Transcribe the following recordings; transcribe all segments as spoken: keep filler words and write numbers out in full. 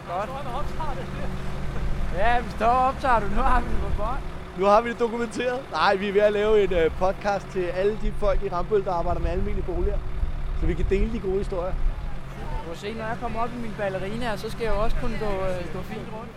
Godt. Ja, vi står og optager du. Nu har vi det på bånd. Nu har vi det dokumenteret. Nej, vi er ved at lave en uh, podcast til alle de folk i Rambøl, der arbejder med almindelige boliger. Så vi kan dele de gode historier. Du kan se, når jeg kommer op i min ballerina, så skal jeg også kunne gå, uh, gå fint rundt.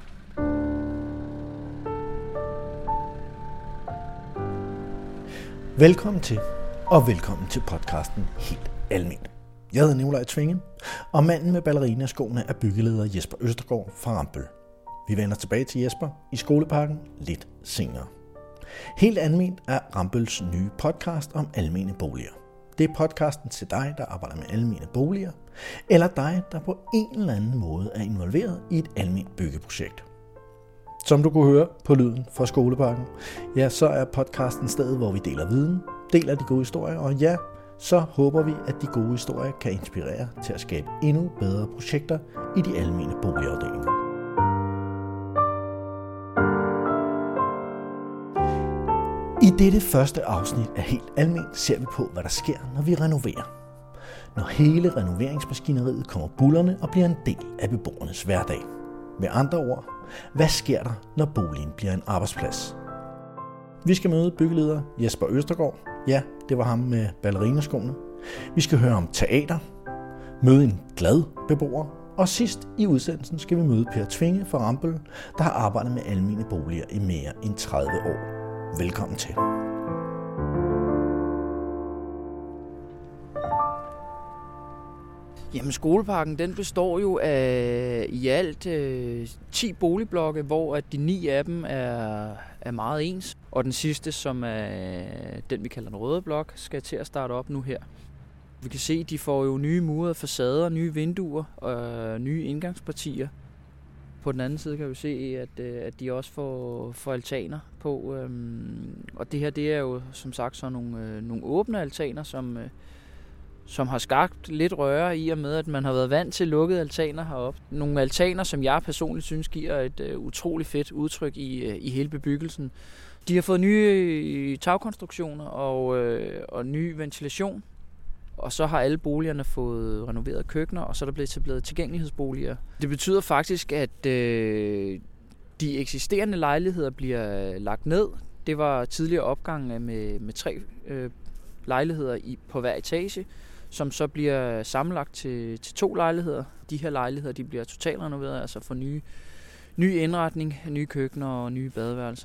Velkommen til, og velkommen til podcasten Helt Alment. Jeg hedder Nikolaj Tvinge, og manden med ballerinaskoene er byggeleder Jesper Østergaard fra Rambøl. Vi vender tilbage til Jesper i Skoleparken lidt senere. Helt Alment er Rambøls nye podcast om almene boliger. Det er podcasten til dig, der arbejder med almene boliger, eller dig, der på en eller anden måde er involveret i et alment byggeprojekt. Som du kunne høre på lyden fra Skoleparken, ja, så er podcasten stedet, hvor vi deler viden, deler de gode historier, og ja, så håber vi, at de gode historier kan inspirere til at skabe endnu bedre projekter i de almene boligafdelinger. I dette første afsnit af Helt Alment ser vi på, hvad der sker, når vi renoverer. Når hele renoveringsmaskineriet kommer bullerne og bliver en del af beboernes hverdag. Med andre ord, hvad sker der, når boligen bliver en arbejdsplads? Vi skal møde byggeleder Jesper Østergaard. Ja, det var ham med ballerinaskoene. Vi skal høre om teater, møde en glad beboer, og sidst i udsendelsen skal vi møde Per Tvinge fra Rambøl, der har arbejdet med almene boliger i mere end tredive år. Velkommen til. Jamen, Skoleparken, den består jo af i alt øh, ti boligblokke, hvor at de ni af dem er, er meget ens. Og den sidste, som er den, vi kalder den røde blok, skal til at starte op nu her. Vi kan se, at de får jo nye murede facader, nye vinduer og nye indgangspartier. På den anden side kan vi se, at, at de også får, får altaner på. Øhm, og det her, det er jo som sagt så nogle, øh, nogle åbne altaner, som... Øh, som har skabt lidt røre i og med, at man har været vant til lukkede altaner heroppe. Nogle altaner, som jeg personligt synes giver et uh, utroligt fedt udtryk i, uh, i hele bebyggelsen. De har fået nye tagkonstruktioner og, uh, og ny ventilation. Og så har alle boligerne fået renoveret køkkener, og så er der blevet etableret tilgængelighedsboliger. Det betyder faktisk, at uh, de eksisterende lejligheder bliver lagt ned. Det var tidligere opgang med, med tre uh, lejligheder i, på hver etage, som så bliver sammenlagt til, til to lejligheder. De her lejligheder, de bliver totalt renoveret, altså for nye, ny indretning, nye køkkener og nye badeværelser.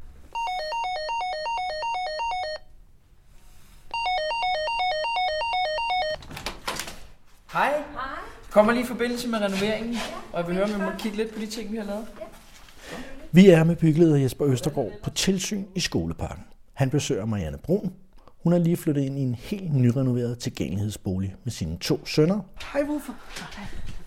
Hej. Hej. Kommer lige i forbindelse med renoveringen, ja, og jeg vil høre, om vi må kigge lidt på de ting, vi har lavet. Ja. Vi er med byggeleder Jesper Østergaard på tilsyn i Skoleparken. Han besøger Marianne Brun. Hun er lige flyttet ind i en helt nyrenoveret tilgængelighedsbolig med sine to sønner. Hej, hvorfor? Hej.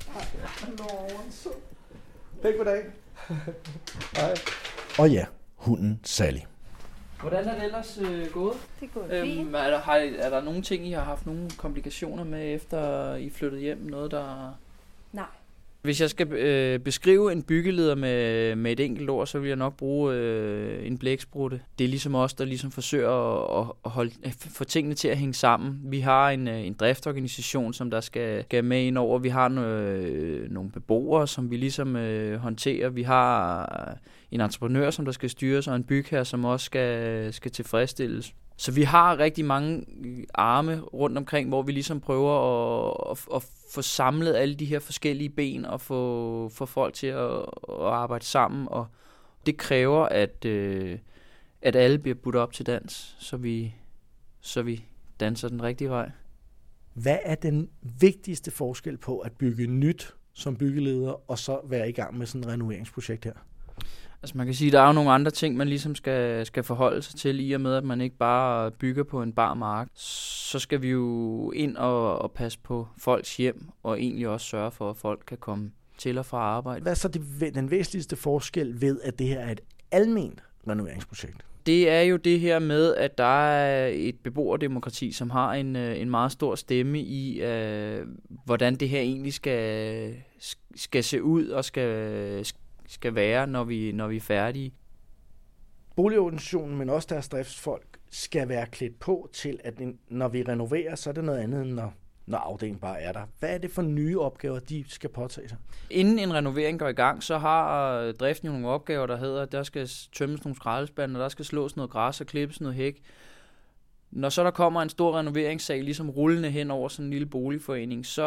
Pæk goddag. Hej. Og ja, hunden Sally. Hvordan er det ellers øh, gået? Det er gået fint. Øhm, er, der, har, er der nogle ting, I har haft nogle komplikationer med, efter I flyttede hjem? Noget, der... Nej. Hvis jeg skal øh, beskrive en byggeleder med, med et enkelt ord, så vil jeg nok bruge øh, en blæksprutte. Det er ligesom os, der ligesom forsøger at, at holde, at få tingene til at hænge sammen. Vi har en, en driftorganisation, som der skal, skal med ind over. Vi har øh, nogle beboere, som vi ligesom øh, håndterer. Vi har en entreprenør, som der skal styres, og en bygherre, som også skal, skal tilfredsstilles. Så vi har rigtig mange arme rundt omkring, hvor vi ligesom prøver at, at, at få samlet alle de her forskellige ben og få, få folk til at, at arbejde sammen. Og det kræver, at, øh, at alle bliver budt op til dans, så vi, så vi danser den rigtige vej. Hvad er den vigtigste forskel på at bygge nyt som byggeleder, og så være i gang med sådan et renoveringsprojekt her? Altså man kan sige, at der er jo nogle andre ting, man ligesom skal, skal forholde sig til, i og med, at man ikke bare bygger på en bar mark. Så skal vi jo ind og, og passe på folks hjem, og egentlig også sørge for, at folk kan komme til og fra arbejde. Hvad er så det, den væsentligste forskel ved, at det her er et alment renoveringsprojekt? Det er jo det her med, at der er et beboerdemokrati, som har en, en meget stor stemme i, uh, hvordan det her egentlig skal, skal se ud og skal, skal være, når vi, når vi er færdige. Boligorganisationen, men også deres driftsfolk, skal være klædt på til, at når vi renoverer, så er det noget andet, end når når afdelingen bare er der. Hvad er det for nye opgaver, de skal påtage sig? Inden en renovering går i gang, så har driften jo nogle opgaver, der hedder, der skal tømmes nogle skraldespande, og der skal slås noget græs og klippes noget hæk. Når så der kommer en stor renoveringssag, ligesom rullende hen over sådan en lille boligforening, så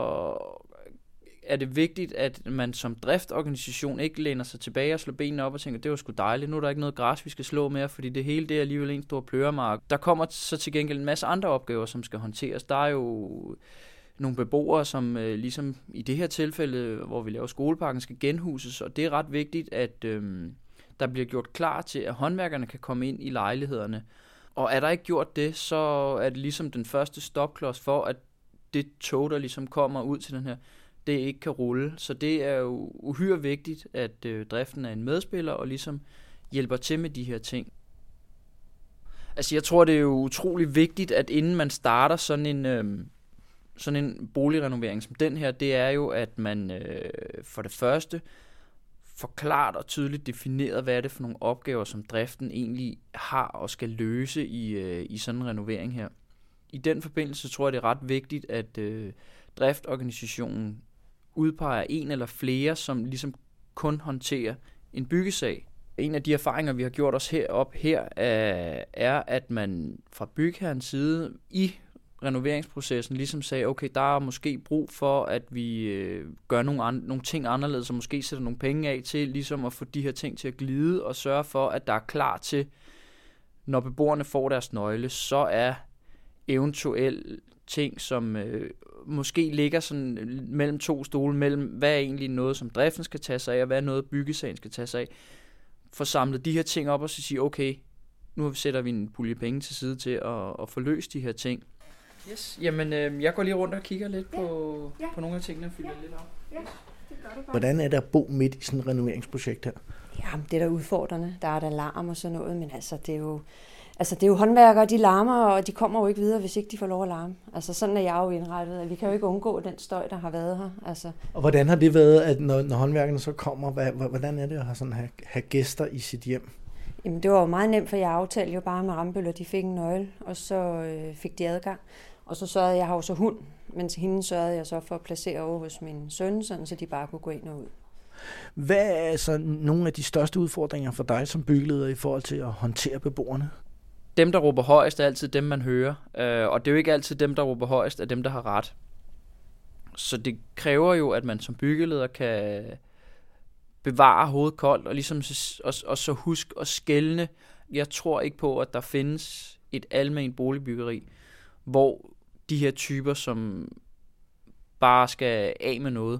er det vigtigt, at man som driftorganisation ikke læner sig tilbage og slår benene op og tænker, det var sgu dejligt, nu er der ikke noget græs, vi skal slå mere, fordi det hele det er alligevel en stor pløremark. Der kommer så til gengæld en masse andre opgaver, som skal håndteres. Der er jo nogle beboere, som øh, ligesom i det her tilfælde, hvor vi laver skoleparken, skal genhuses, og det er ret vigtigt, at øh, der bliver gjort klar til, at håndværkerne kan komme ind i lejlighederne. Og er der ikke gjort det, så er det ligesom den første stopklods for, at det tog, der ligesom kommer ud til den her, det ikke kan rulle. Så det er jo uhyre vigtigt, at øh, driften er en medspiller og ligesom hjælper til med de her ting. Altså jeg tror, det er jo utrolig vigtigt, at inden man starter sådan en, øh, sådan en boligrenovering som den her, det er jo, at man øh, for det første får klart og tydeligt defineret, hvad er det for nogle opgaver, som driften egentlig har og skal løse i, øh, i sådan en renovering her. I den forbindelse tror jeg, det er ret vigtigt, at øh, driftorganisationen udpeger en eller flere, som ligesom kun håndterer en byggesag. En af de erfaringer, vi har gjort os herop her, er, at man fra bygherrens side i renoveringsprocessen ligesom sagde, okay, der er måske brug for, at vi øh, gør nogle, an- nogle ting anderledes, og måske sætter nogle penge af til ligesom at få de her ting til at glide, og sørge for, at der er klar til, når beboerne får deres nøgle, så er eventuelle ting, som øh, måske ligger sådan mellem to stole, mellem hvad er egentlig noget, som driften skal tage sig af, og hvad er noget, byggesagen skal tage sig af, få samlet de her ting op og så sige, okay, nu sætter vi en pulje penge til side til at, at få løst de her ting. Yes, jamen øh, jeg går lige rundt og kigger lidt på, ja. på nogle af tingene og fylder ja. lidt op. Ja, det gør du bare. Hvordan er det at bo midt i sådan et renoveringsprojekt her? Jamen, det er da udfordrende. Der er der larm og sådan noget, men altså, det er jo, altså, det er jo håndværkere, de larmer, og de kommer jo ikke videre, hvis ikke de får lov at larme. Altså, sådan er jeg jo indrettet, at vi kan jo ikke undgå den støj, der har været her. Altså. Og hvordan har det været, at når, når håndværkerne så kommer, hvad, hvordan er det at have, sådan, have, have gæster i sit hjem? Jamen, det var jo meget nemt, for jeg aftalte jo bare med Rambøll, at de fik en nøgle, og så øh, fik de adgang. Og så sørgede jeg, jeg har jo så hund, mens hende sørgede jeg så for at placere over hos min søn, sådan, så de bare kunne gå ind og ud. Hvad er så nogle af de største udfordringer for dig som byggeleder i forhold til at håndtere beboerne? Dem, der råber højst, er altid dem, man hører. Og det er jo ikke altid dem, der råber højst, er dem, der har ret. Så det kræver jo, at man som byggeleder kan bevare hovedet koldt, og, ligesom, og, og så husk at skelne. Jeg tror ikke på, at der findes et alment boligbyggeri, hvor de her typer, som bare skal af med noget.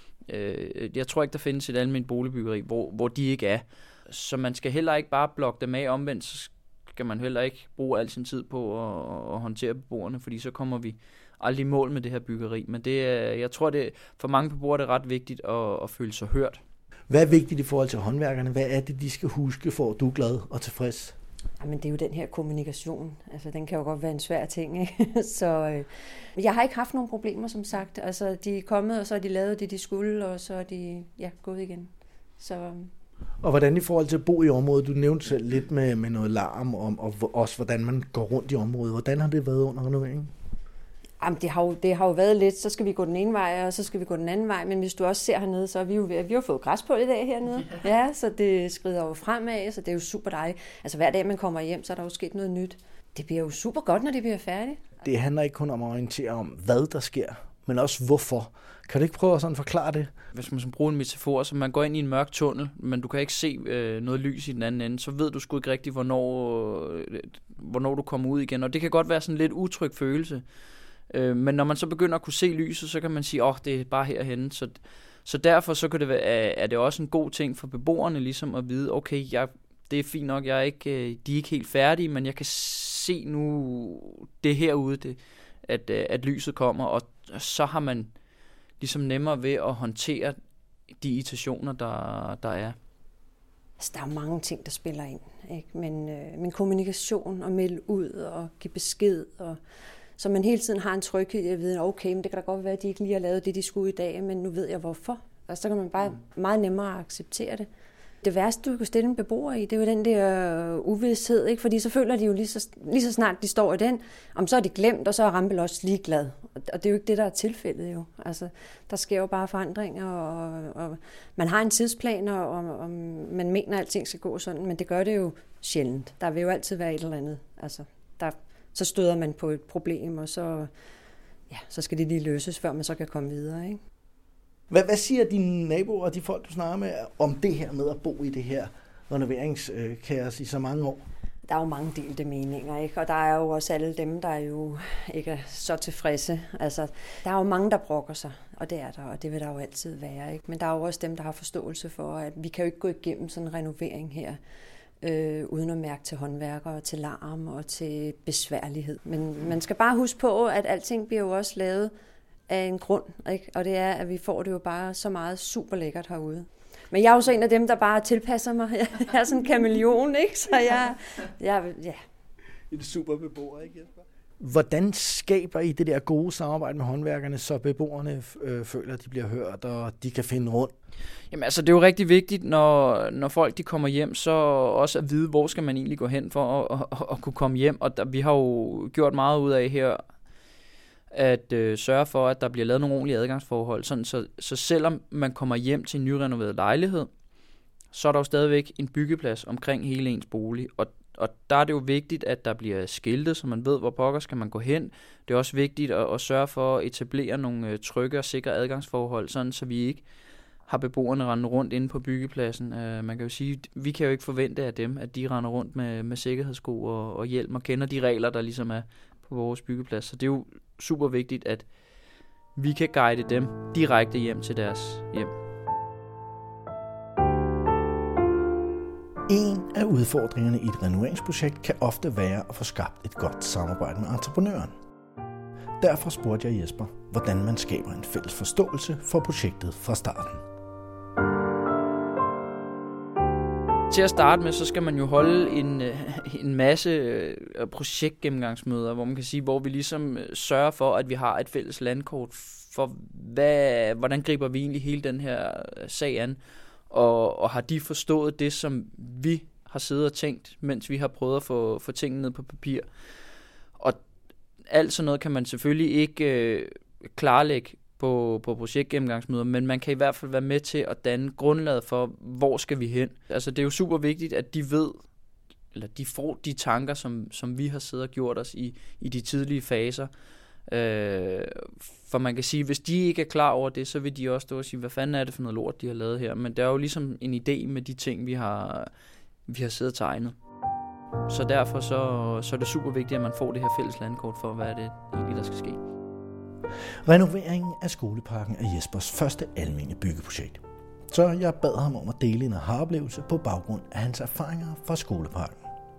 Jeg tror ikke, der findes et alment boligbyggeri, hvor, hvor de ikke er. Så man skal heller ikke bare blokke dem af. Omvendt så skal man heller ikke bruge al sin tid på at, at håndtere beboerne, fordi så kommer vi aldrig i mål med det her byggeri. Men det er, jeg tror, det for mange beboere det er ret vigtigt at, at føle sig hørt. Hvad er vigtigt i forhold til håndværkerne? Hvad er det, de skal huske, for at du er glad og tilfreds? Jamen, det er jo den her kommunikation. Altså, den kan jo godt være en svær ting, ikke? Så øh, jeg har ikke haft nogen problemer, som sagt. Altså, de er kommet, og så har de lavet det, de skulle, og så er de ja, gået igen. Så... Og hvordan i forhold til at bo i området? Du nævnte selv lidt med, med noget larm, og, og også hvordan man går rundt i området. Hvordan har det været under renoveringen? Jamen, det har, jo, det har jo været lidt, så skal vi gå den ene vej, og så skal vi gå den anden vej. Men hvis du også ser hernede, så er vi jo ved, vi har fået græs på i dag hernede. Ja, så det skrider jo fremad, så det er jo super dejligt. Altså hver dag, man kommer hjem, så er der jo sket noget nyt. Det bliver jo super godt, når det bliver færdigt. Det handler ikke kun om at orientere om, hvad der sker, men også hvorfor. Kan du ikke prøve at sådan forklare det? Hvis man bruger en metafor, så man går ind i en mørk tunnel, men du kan ikke se øh, noget lys i den anden ende, så ved du sgu ikke rigtigt, hvornår, øh, hvornår du kommer ud igen. Og det kan godt være sådan en lidt utryg følelse. Øh, men når man så begynder at kunne se lyset, så kan man sige, åh, oh, det er bare herhenne. Så, så derfor så kan det være, er det også en god ting for beboerne ligesom at vide, okay, jeg, det er fint nok, jeg er ikke, de er ikke helt færdige, men jeg kan se nu det herude, det, at, at lyset kommer, og så har man ligesom nemmere ved at håndtere de irritationer, der, der er. Altså, der er mange ting, der spiller ind, ikke? Men, øh, men kommunikation og melde ud og give besked, og så man hele tiden har en tryghed i at vide, okay, men det kan da godt være, at de ikke lige har lavet det, de skulle i dag, men nu ved jeg hvorfor. Og så kan man bare meget nemmere acceptere det. Det værste, du kan stille en beboer i, det er jo den der uvidshed, ikke? Fordi så føler de jo lige så, lige så snart de står i den, om så er de glemt, og så er Rambøll også ligeglad. Og det er jo ikke det, der er tilfældet jo. Altså, der sker jo bare forandringer, og, og man har en tidsplan, og, og man mener, at alting skal gå sådan, men det gør det jo sjældent. Der vil jo altid være et eller andet. Altså, der, så støder man på et problem, og så, ja, så skal det lige løses, før man så kan komme videre, ikke? Hvad, hvad siger dine naboer og de folk, du snakker med, om det her med at bo i det her renoveringskaos i så mange år? Der er jo mange delte meninger, ikke? Og der er jo også alle dem, der jo ikke er så tilfredse. Altså, der er jo mange, der brokker sig, og det er der, og det vil der jo altid være, ikke? Men der er jo også dem, der har forståelse for, at vi kan jo ikke gå igennem sådan en renovering her, øh, uden at mærke til håndværkere, til larm og til besværlighed. Men man skal bare huske på, at alting bliver jo også lavet af en grund, ikke? Og det er, at vi får det jo bare så meget super lækkert herude. Men jeg er jo så en af dem, der bare tilpasser mig. Jeg er sådan en kameleon, ikke? Så jeg, jeg ja. En super beboer, ikke Jesper? Hvordan skaber I det der gode samarbejde med håndværkerne, så beboerne øh, føler, at de bliver hørt, og de kan finde rundt? Jamen altså, det er jo rigtig vigtigt, når, når folk de kommer hjem, så også at vide, hvor skal man egentlig gå hen for at, at, at, at kunne komme hjem. Og der, vi har jo gjort meget ud af her, at øh, sørge for, at der bliver lavet nogle ordentlige adgangsforhold, sådan så, så selvom man kommer hjem til en nyrenoveret lejlighed, så er der jo stadigvæk en byggeplads omkring hele ens bolig, og, og der er det jo vigtigt, at der bliver skiltet, så man ved, hvor pokker skal man gå hen. Det er også vigtigt at, at sørge for at etablere nogle øh, trygge og sikre adgangsforhold, sådan så vi ikke har beboerne rendt rundt inde på byggepladsen. Uh, man kan jo sige, vi kan jo ikke forvente af dem, at de render rundt med, med sikkerhedssko og, og hjelm og kender de regler, der ligesom er på vores byggeplads. Så det er jo super vigtigt, at vi kan guide dem direkte hjem til deres hjem. En af udfordringerne i et renoveringsprojekt kan ofte være at få skabt et godt samarbejde med entreprenøren. Derfor spurgte jeg Jesper, hvordan man skaber en fælles forståelse for projektet fra starten. Til at starte med, så skal man jo holde en, en masse projektgennemgangsmøder, hvor man kan sige, hvor vi ligesom sørger for, at vi har et fælles landkort for, hvad, hvordan griber vi egentlig hele den her sag an, og, og har de forstået det, som vi har siddet og tænkt, mens vi har prøvet at få, få tingene ned på papir. Og alt sådan noget kan man selvfølgelig ikke øh, klarlægge på, på projektgennemgangsmøder, men man kan i hvert fald være med til at danne grundlaget for, hvor skal vi hen. Altså det er jo super vigtigt, at de ved, eller de får de tanker, som, som vi har siddet og gjort os i, i de tidlige faser. Øh, for man kan sige, hvis de ikke er klar over det, så vil de også stå og sige, hvad fanden er det for noget lort, de har lavet her. Men der er jo ligesom en idé med de ting, vi har, vi har siddet og tegnet. Så derfor så, så er det super vigtigt, at man får det her fælles landkort for, hvad er det egentlig, der skal ske. Renoveringen af skoleparken er Jespers første almene byggeprojekt. Så jeg bad ham om at dele en aha-oplevelse på baggrund af hans erfaringer fra skoleparken.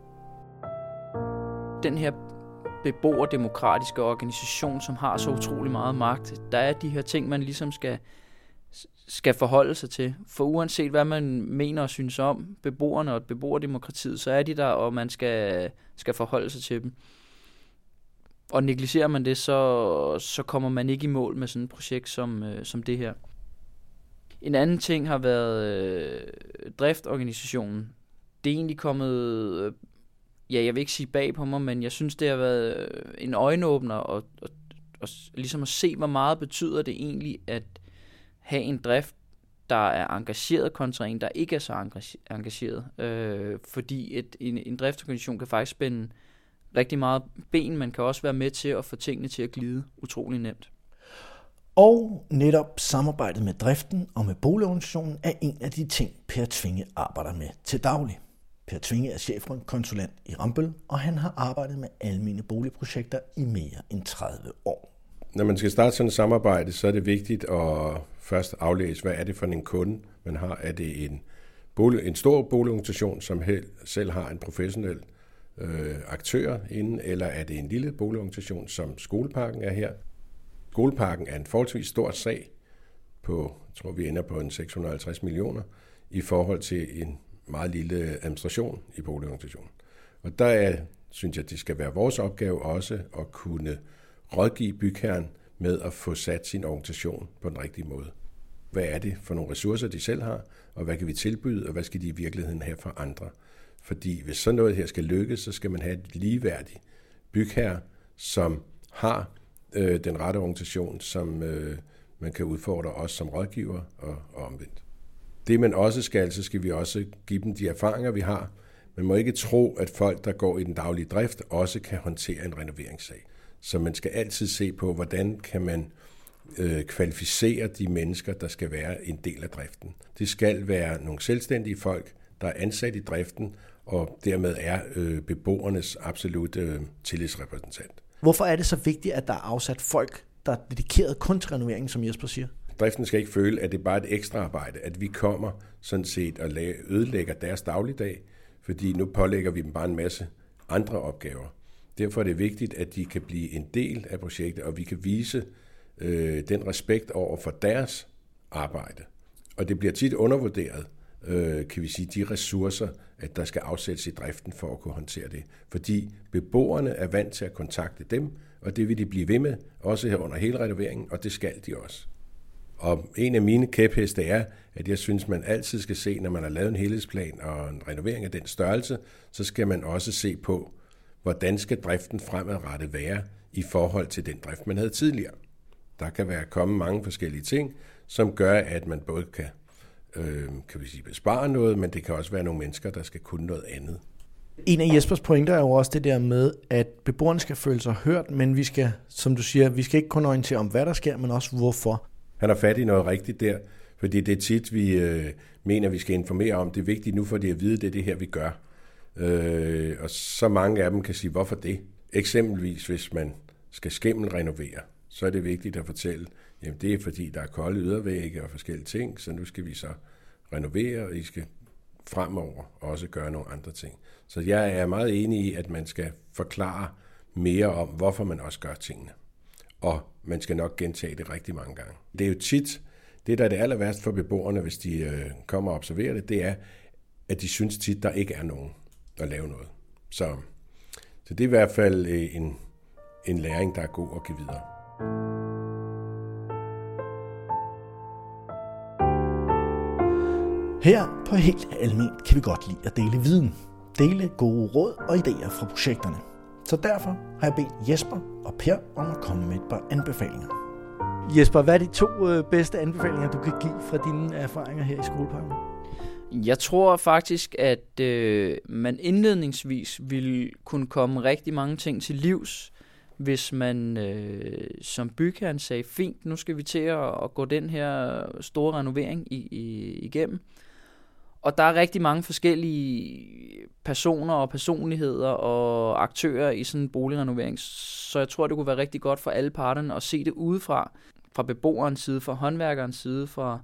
Den her beboerdemokratiske organisation, som har så utrolig meget magt, der er de her ting, man ligesom skal, skal forholde sig til. For uanset hvad man mener og synes om beboerne og beboerdemokratiet, så er de der, og man skal, skal forholde sig til dem. Og negligerer man det, så, så kommer man ikke i mål med sådan et projekt som, øh, som det her. En anden ting har været øh, driftorganisationen. Det er egentlig kommet, øh, ja, jeg vil ikke sige bag på mig, men jeg synes, det har været øh, en øjenåbner, og, og, og ligesom at se, hvor meget betyder det egentlig at have en drift, der er engageret kontra en, der ikke er så engageret. Øh, fordi et, en, en driftorganisation kan faktisk spænde rigtig meget ben, man kan også være med til at få tingene til at glide utrolig nemt. Og netop samarbejdet med driften og med boligorganisationen er en af de ting, Per Tvinge arbejder med til daglig. Per Tvinge er chefkonsulent i Rambøll, og han har arbejdet med almene boligprojekter i mere end tredive år. Når man skal starte sådan et samarbejde, så er det vigtigt at først aflæse, hvad er det for en kunde, man har. Er det en, bolig, en stor boligorganisation, som selv har en professionel øh, aktør inden, eller er det en lille boligorganisation, som Skoleparken er her? Skoleparken er en forholdsvis stor sag på, jeg tror vi ender på en seks hundrede og halvtreds millioner, i forhold til en meget lille administration i boligorganisationen. Og der er, synes jeg, det skal være vores opgave også at kunne rådgive bygherren med at få sat sin organisation på den rigtige måde. hvad er det for nogle ressourcer, de selv har, og hvad kan vi tilbyde, og hvad skal de i virkeligheden have for andre. Fordi hvis sådan noget her skal lykkes, så skal man have et ligeværdigt bygherre, som har øh, den rette organisation, som øh, man kan udfordre os som rådgiver og, og omvendt. Det man også skal, så skal vi også give dem de erfaringer, vi har. Man må ikke tro, at folk, der går i den daglige drift, også kan håndtere en renoveringssag. Så man skal altid se på, hvordan kan man øh, kvalificere de mennesker, der skal være en del af driften. Det skal være nogle selvstændige folk, der er ansat i driften, og dermed er øh, beboernes absolut øh, tillidsrepræsentant. Hvorfor er det så vigtigt, at der er afsat folk, der er dedikeret kun til renoveringen, som Jesper siger? Driften skal ikke føle, at det er bare et ekstra arbejde, at vi kommer sådan set og ødelægger deres dagligdag, fordi nu pålægger vi dem bare en masse andre opgaver. Derfor er det vigtigt, at de kan blive en del af projektet, og vi kan vise øh, den respekt over for deres arbejde. Og det bliver tit undervurderet, øh, kan vi sige, de ressourcer, at der skal afsættes i driften for at kunne håndtere det. Fordi beboerne er vant til at kontakte dem, og det vil de blive ved med, også her under hele renoveringen, og det skal de også. Og en af mine kæpheste er, at jeg synes, man altid skal se, når man har lavet en helhedsplan og en renovering af den størrelse, så skal man også se på, hvordan skal driften fremadrettet være i forhold til den drift, man havde tidligere. Der kan være kommet mange forskellige ting, som gør, at man både kan, øh, kan vi sige, bespare noget, men det kan også være nogle mennesker, der skal kunne noget andet. En af Jespers pointer er jo også det der med, at beboerne skal føle sig hørt, men vi skal, som du siger, vi skal ikke kun orientere om, hvad der sker, men også hvorfor. Han har fat i noget rigtigt der, fordi det er tit, vi øh, mener, vi skal informere om. Det er vigtigt nu, for de at vide, det er det her, vi gør. Øh, og så mange af dem kan sige, hvorfor det? Eksempelvis, hvis man skal skimmelrenovere, så er det vigtigt at fortælle, jamen det er fordi, der er kolde ydervægge og forskellige ting, så nu skal vi så renovere, og I skal fremover også gøre nogle andre ting. Så jeg er meget enig i, at man skal forklare mere om, hvorfor man også gør tingene. Og man skal nok gentage det rigtig mange gange. Det er jo tit, det der er det aller værste for beboerne, hvis de øh, kommer og observerer det, det er, at de synes tit, der ikke er nogen, der laver noget. Så, så det er i hvert fald øh, en, en læring, der er god at give videre. Her på Helt Alment kan vi godt lide at dele viden. Dele gode råd og idéer fra projekterne. Så derfor har jeg bedt Jesper og Per om at komme med et par anbefalinger. Jesper, hvad er de to bedste anbefalinger, du kan give fra dine erfaringer her i skoleparken? Jeg tror faktisk, at øh, man indledningsvis vil kunne komme rigtig mange ting til livs, hvis man øh, som bygherren sagde, fint, nu skal vi til at, at gå den her store renovering i, i, igennem. Og der er rigtig mange forskellige personer og personligheder og aktører i sådan en boligrenovering, så jeg tror, det kunne være rigtig godt for alle parterne at se det udefra, fra beboerens side, fra håndværkerens side, fra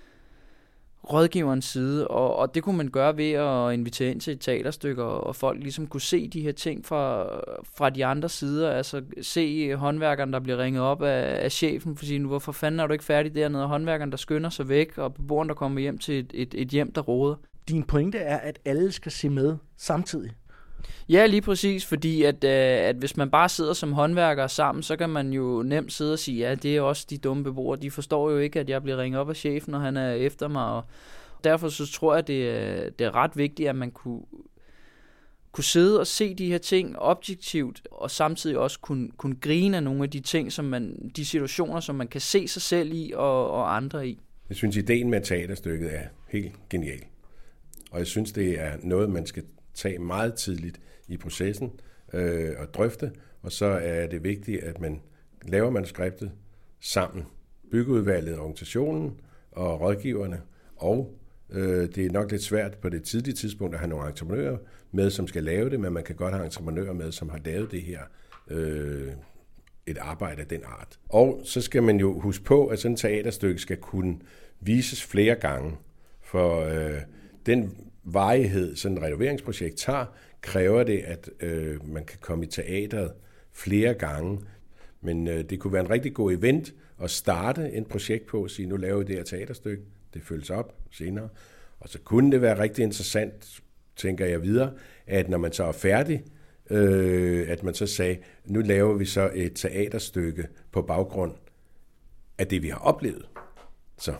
rådgiverens side, og, og det kunne man gøre ved at invitere ind til et teaterstykke, og, og folk ligesom kunne se de her ting fra, fra de andre sider, altså se håndværkeren, der bliver ringet op af, af chefen, for at sige, hvorfor fanden er du ikke færdig dernede, og håndværkeren, der skynder sig væk, og beboeren, der kommer hjem til et, et, et hjem, der råder. Din pointe er, at alle skal se med samtidig. Ja, lige præcis, fordi at, øh, at hvis man bare sidder som håndværker sammen, så kan man jo nemt sidde og sige, ja, det er også de dumme beboere. De forstår jo ikke, at jeg bliver ringet op af chefen, og han er efter mig. Og derfor så tror jeg, det er, det er ret vigtigt, at man kunne, kunne sidde og se de her ting objektivt, og samtidig også kunne, kunne grine af nogle af de ting, som man, de situationer, som man kan se sig selv i og, og andre i. Jeg synes, ideen med teaterstykket er helt genial. Og jeg synes, det er noget, man skal tage meget tidligt i processen øh, og drøfte, og så er det vigtigt, at man laver manuskriptet sammen. Byggeudvalget, organisationen og rådgiverne, og øh, det er nok lidt svært på det tidlige tidspunkt at have nogle entreprenører med, som skal lave det, men man kan godt have entreprenører med, som har lavet det her øh, et arbejde af den art. Og så skal man jo huske på, at sådan et teaterstykke skal kunne vises flere gange, for øh, den varighed, sådan et renoveringsprojekt tager, kræver det, at øh, man kan komme i teateret flere gange. Men øh, det kunne være en rigtig god event at starte et projekt på, og sige, nu laver vi det her teaterstykke, det følges op senere. Og så kunne det være rigtig interessant, tænker jeg videre, at når man så er færdig, øh, at man så sagde, nu laver vi så et teaterstykke på baggrund af det, vi har oplevet. Så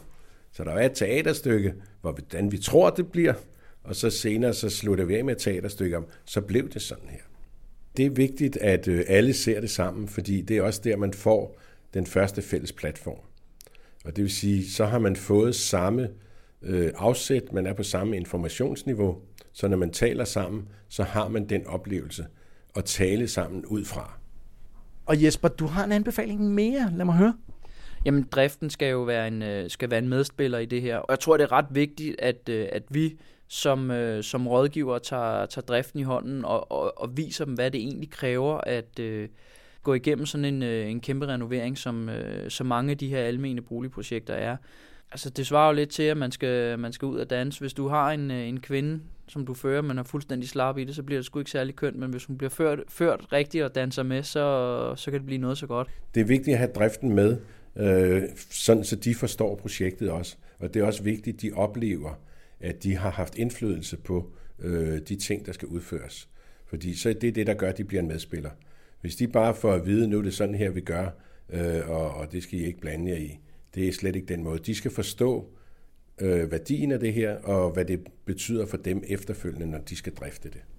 Så der er et teaterstykke, hvordan vi tror, det bliver, og så senere så slutter vi af med et teaterstykke om, så blev det sådan her. Det er vigtigt, at alle ser det sammen, fordi det er også der, man får den første fælles platform. Og det vil sige, så har man fået samme øh, afsæt, man er på samme informationsniveau, så når man taler sammen, så har man den oplevelse at tale sammen ud fra. Og Jesper, du har en anbefaling mere. Lad mig høre. Jamen, driften skal jo være en, skal være en medspiller i det her. Og jeg tror, det er ret vigtigt, at, at vi som, som rådgiver tager, tager driften i hånden og, og, og viser dem, hvad det egentlig kræver at uh, gå igennem sådan en, uh, en kæmpe renovering, som, uh, som mange af de her almene boligprojekter er. Altså, det svarer jo lidt til, at man skal, man skal ud og danse. Hvis du har en, en kvinde, som du fører, man er fuldstændig slap i det, så bliver det sgu ikke særlig kønt, men hvis hun bliver ført, ført rigtigt og danser med, så, så kan det blive noget så godt. Det er vigtigt at have driften med, øh, sådan så de forstår projektet også. Og det er også vigtigt, at de oplever, at de har haft indflydelse på øh, de ting, der skal udføres. Fordi så er det det, der gør, at de bliver en medspiller. Hvis de bare får at vide, nu er det sådan her, vi gør, øh, og, og det skal I ikke blande jer i, det er slet ikke den måde. De skal forstå øh, værdien af det her, og hvad det betyder for dem efterfølgende, når de skal drifte det.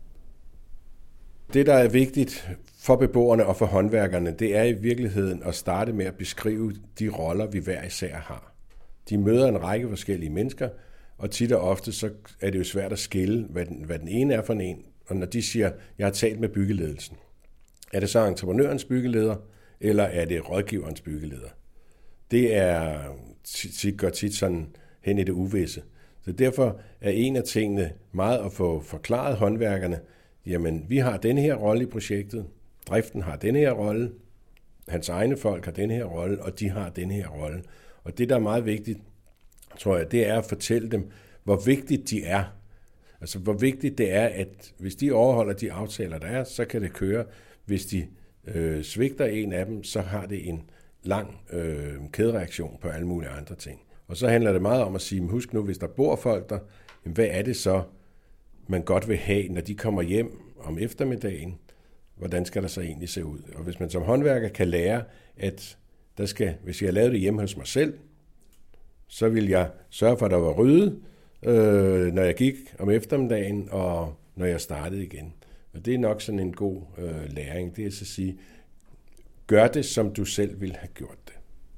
Det, der er vigtigt for beboerne og for håndværkerne, det er i virkeligheden at starte med at beskrive de roller, vi hver især har. De møder en række forskellige mennesker, og tit og ofte så er det jo svært at skille, hvad den, hvad den ene er for en. Og når de siger, jeg har talt med byggeledelsen, er det så entreprenørens byggeleder, eller er det rådgiverens byggeleder? Det er, tit, går tit sådan hen i det uvisse. Så derfor er en af tingene meget at få forklaret håndværkerne, jamen vi har denne her rolle i projektet, driften har denne her rolle, hans egne folk har denne her rolle, og de har denne her rolle. Og det, der er meget vigtigt, tror jeg, det er at fortælle dem, hvor vigtigt de er. Altså hvor vigtigt det er, at hvis de overholder de aftaler, der er, så kan det køre. Hvis de øh, svigter en af dem, så har det en lang øh, kædereaktion på alle mulige andre ting. Og så handler det meget om at sige, husk nu, hvis der bor folk der, jamen, hvad er det så, man godt vil have, når de kommer hjem om eftermiddagen? Hvordan skal der så egentlig se ud? Og hvis man som håndværker kan lære, at der skal, hvis jeg har lavet det hjemme hos mig selv, så vil jeg sørge for, at der var ryddet, øh, når jeg gik om eftermiddagen, og når jeg startede igen. Og det er nok sådan en god øh, læring. Det er at sige, gør det, som du selv ville have gjort det.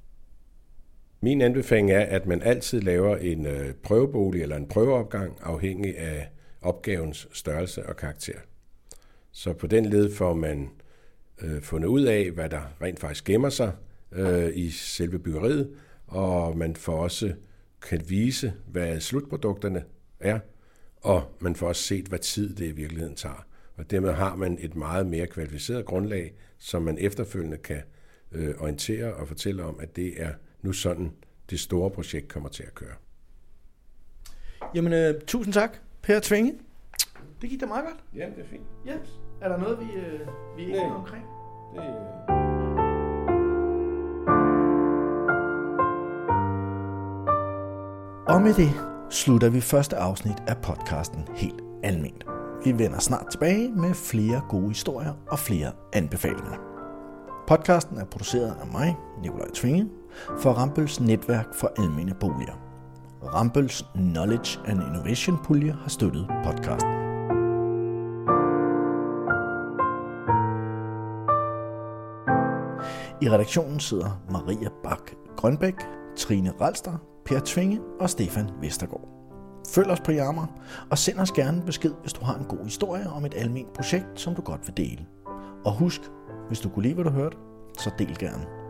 Min anbefaling er, at man altid laver en øh, prøvebolig eller en prøveopgang, afhængig af opgavens størrelse og karakter. Så på den led får man øh, fundet ud af, hvad der rent faktisk gemmer sig øh, i selve byggeriet, og man får også kan vise, hvad slutprodukterne er, og man får også set, hvad tid det i virkeligheden tager. Og dermed har man et meget mere kvalificeret grundlag, som man efterfølgende kan øh, orientere og fortælle om, at det er nu sådan, det store projekt kommer til at køre. Jamen, øh, tusind tak, Per Tvinge. Det gik da meget godt. Ja, det er fint. Ja. Er der noget, vi, øh, vi ikke er omkring? Det... Og med det slutter vi første afsnit af podcasten Helt Alment. Vi vender snart tilbage med flere gode historier og flere anbefalinger. Podcasten er produceret af mig, Nikolaj Tvinge, for Rambølls netværk for almene boliger. Rambølls Knowledge and Innovation pulje har støttet podcasten. I redaktionen sidder Maria Bak Grønbæk, Trine Ralster, Per Tvinge og Stefan Vestergaard. Følg os på Yammer, og send os gerne besked, hvis du har en god historie om et alment projekt, som du godt vil dele. Og husk, hvis du kunne lide, hvad du hørte, så del gerne.